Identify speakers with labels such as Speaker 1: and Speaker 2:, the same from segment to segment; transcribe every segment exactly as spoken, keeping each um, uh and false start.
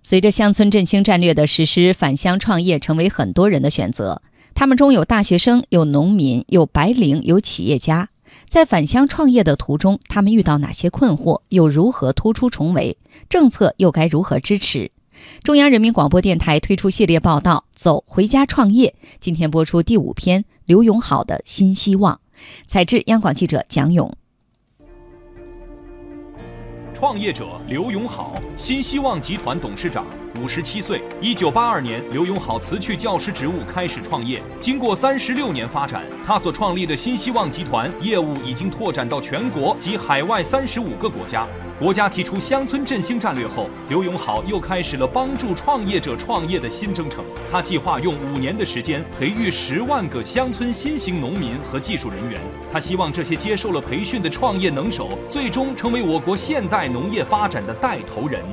Speaker 1: 随着乡村振兴战略的实施，返乡创业成为很多人的选择。他们中有大学生，有农民，有白领，有企业家。在返乡创业的途中，他们遇到哪些困惑，又如何突出重围？政策又该如何支持？中央人民广播电台推出系列报道《走，回家创业》，今天播出第五篇刘永好的新希望。采制央广记者蒋勇。
Speaker 2: 创业者刘永好，新希望集团董事长，五十七岁。一九八二年，刘永好辞去教师职务，开始创业。经过三十六年发展，他所创立的新希望集团业务已经拓展到全国及海外三十五个国家。国家提出乡村振兴战略后，刘永好又开始了帮助创业者创业的新征程。他计划用五年的时间培育十万个乡村新型农民和技术人员。他希望这些接受了培训的创业能手，最终成为我国现代农业发展的带头人。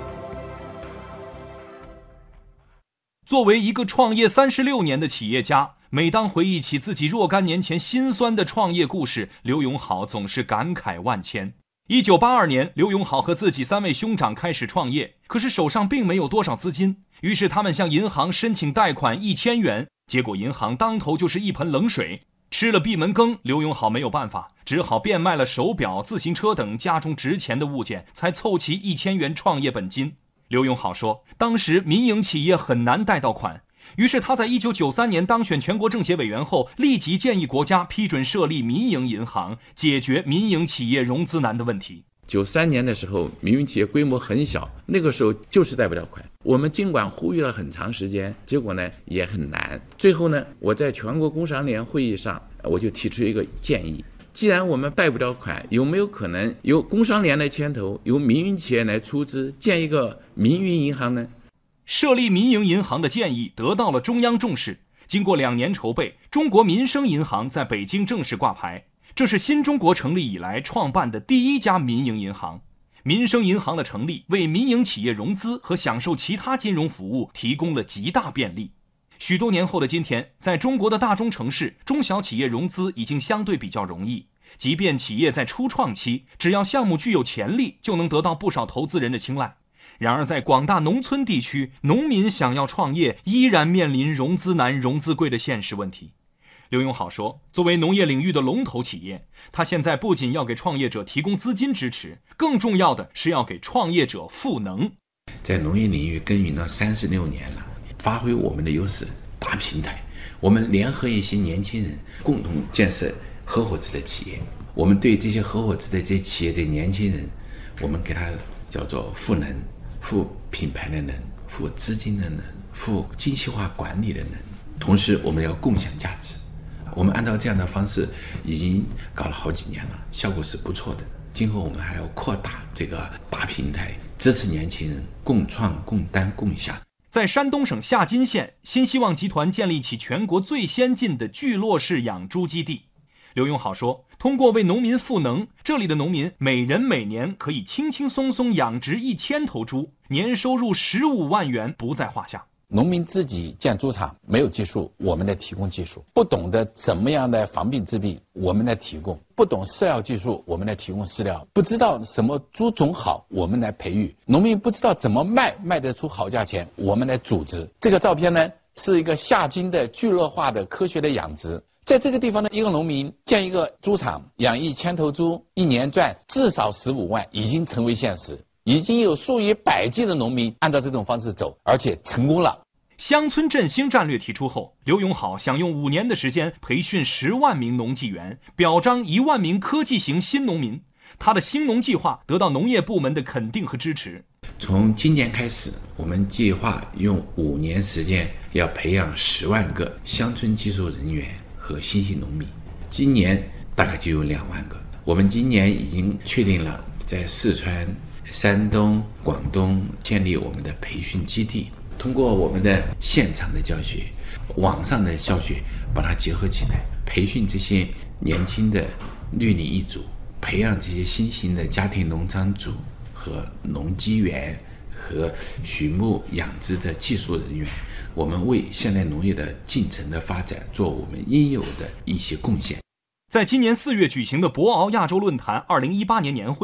Speaker 2: 作为一个创业三十六年的企业家，每当回忆起自己若干年前辛酸的创业故事，刘永好总是感慨万千。一九八二年，刘永好和自己三位兄长开始创业，可是手上并没有多少资金，于是他们向银行申请贷款一千元，结果银行当头就是一盆冷水。吃了闭门羹，刘永好没有办法，只好变卖了手表、自行车等家中值钱的物件，才凑齐一千元创业本金。刘永好说，当时民营企业很难贷到款，于是他在一九九三年当选全国政协委员后，立即建议国家批准设立民营银行，解决民营企业融资难的问题。
Speaker 3: 九三年的时候，民营企业规模很小，那个时候就是贷不了款。我们尽管呼吁了很长时间，结果呢也很难。最后呢，我在全国工商联会议上，我就提出一个建议：既然我们贷不了款，有没有可能由工商联来牵头，由民营企业来出资，建一个民营银行呢？
Speaker 2: 设立民营银行的建议得到了中央重视。经过两年筹备，中国民生银行在北京正式挂牌，这是新中国成立以来创办的第一家民营银行。民生银行的成立，为民营企业融资和享受其他金融服务提供了极大便利。许多年后的今天，在中国的大中城市，中小企业融资已经相对比较容易。即便企业在初创期，只要项目具有潜力，就能得到不少投资人的青睐。然而在广大农村地区，农民想要创业，依然面临融资难、融资贵的现实问题。刘永好说，作为农业领域的龙头企业，他现在不仅要给创业者提供资金支持，更重要的是要给创业者赋能。
Speaker 3: 在农业领域耕耘了三十六年了，发挥我们的优势，大平台，我们联合一些年轻人，共同建设合伙制的企业。我们对这些合伙制的这些企业的年轻人，我们给他叫做赋能，赋品牌的能，赋资金的能，赋精细化管理的能，同时我们要共享价值。我们按照这样的方式已经搞了好几年了，效果是不错的。今后我们还要扩大这个大平台，支持年轻人共创共担共享。
Speaker 2: 在山东省夏津县，新希望集团建立起全国最先进的聚落式养猪基地。刘永好说，通过为农民赋能，这里的农民每人每年可以轻轻松松养殖一千头猪，年收入十五万元不在话下。
Speaker 4: 农民自己建猪场没有技术，我们来提供技术；不懂得怎么样的防病治病，我们来提供；不懂饲料技术，我们来提供饲料；不知道什么猪种好，我们来培育；农民不知道怎么卖，卖得出好价钱，我们来组织。这个照片呢，是一个夏津的聚落化的科学的养殖。在这个地方呢，一个农民建一个猪场，养一千头猪，一年赚至少十五万，已经成为现实。已经有数以百计的农民按照这种方式走，而且成功了。
Speaker 2: 乡村振兴战略提出后，刘永好想用五年的时间培训十万名农技员，表彰一万名科技型新农民。他的兴农计划得到农业部门的肯定和支持。
Speaker 3: 从今年开始，我们计划用五年时间要培养十万个乡村技术人员和新型农民，今年大概就有两万个。我们今年已经确定了在四川、山东、广东建立我们的培训基地，通过我们的现场的教学、网上的教学，把它结合起来，培训这些年轻的绿领一族，培养这些新型的家庭农场主和农机员和畜牧养殖的技术人员，我们为现代农业的进程的发展做我们应有的一些贡献。
Speaker 2: 在今年四月举行的博鳌亚洲论坛二零一八年年会上，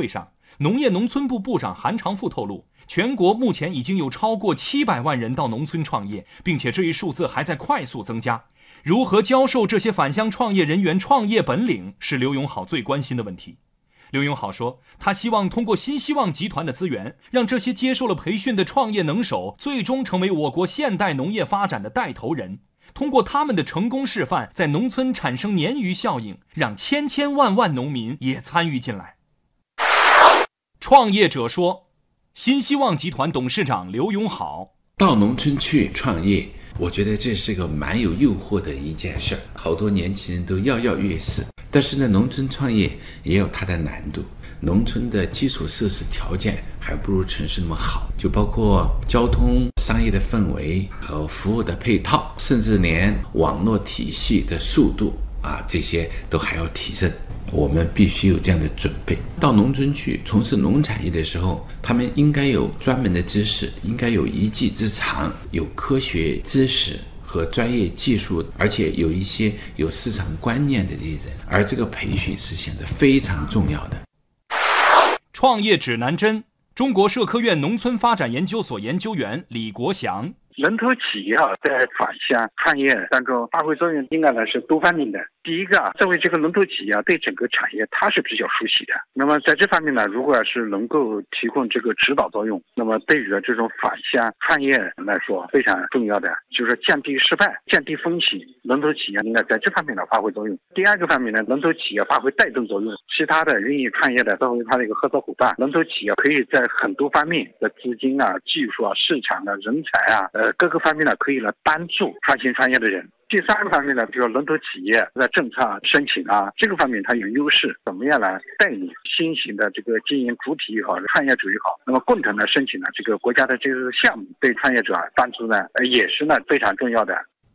Speaker 2: 农业农村部部长韩长赋透露，全国目前已经有超过七百万人到农村创业，并且这一数字还在快速增加。如何教授这些返乡创业人员创业本领，是刘永好最关心的问题。刘永好说，他希望通过新希望集团的资源，让这些接受了培训的创业能手最终成为我国现代农业发展的带头人，通过他们的成功示范，在农村产生鲶鱼效应，让千千万万农民也参与进来。创业者说，新希望集团董事长刘永好，
Speaker 3: 到农村去创业，我觉得这是个蛮有诱惑的一件事儿，好多年轻人都跃跃欲试。但是呢，农村创业也有它的难度，农村的基础设施条件还不如城市那么好，就包括交通、商业的氛围和服务的配套，甚至连网络体系的速度啊，这些都还要提升。我们必须有这样的准备。到农村去从事农产业的时候，他们应该有专门的知识，应该有一技之长，有科学知识和专业技术，而且有一些有市场观念的这些人，而这个培训是显得非常重要的。
Speaker 2: 创业指南针，中国社科院农村发展研究所研究员李国祥。
Speaker 5: 人头企业啊，在返乡创业当中发挥作用应该呢是多方面的。第一个啊，作为这个龙头企业啊，对整个产业它是比较熟悉的。那么在这方面呢，如果要是能够提供这个指导作用，那么对于这种返乡创业来说非常重要的，就是降低失败、降低风险。龙头企业应该在这方面呢发挥作用。第二个方面呢，龙头企业发挥带动作用，其他的愿意创业的作为它的一个合作伙伴。龙头企业可以在很多方面的资金啊、技术啊、市场啊、人才啊，呃各个方面呢可以来帮助创新创业的人。第三个方面呢，比如龙头企业在政策申请啊，这个方面它有优势，怎么样来带领新型的这个经营主体也好，创业者也好，那么共同的申请呢这个国家的这个项目，对创业者帮助呢也是呢非常重要的。